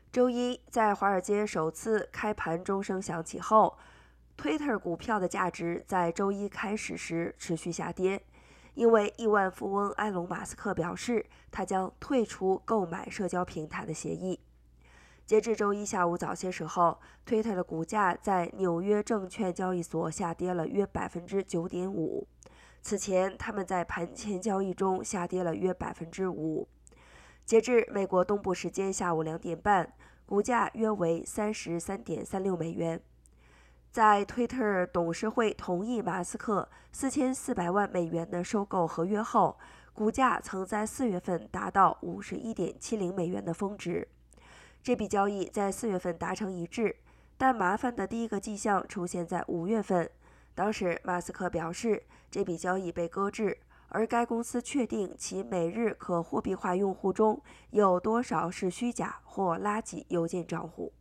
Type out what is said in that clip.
周一，在华尔街首次开盘钟声响起后，Twitter 股票的价值在周一开始时持续下跌，因为亿万富翁埃隆·马斯克表示他将退出购买社交平台的协议。截至周一下午早些时候，Twitter 的股价在纽约证券交易所下跌了约9.5%。此前，他们在盘前交易中下跌了约5%。截至美国东部时间下午2点半，股价约为33.36美元。在推特董事会同意马斯克4400万美元的收购合约后，股价曾在4月份达到51.70美元的峰值。这笔交易在4月份达成一致，但麻烦的第一个迹象出现在5月份。当时马斯克表示，这笔交易被搁置，而该公司确定其每日可货币化用户中有多少是虚假或垃圾邮件账户。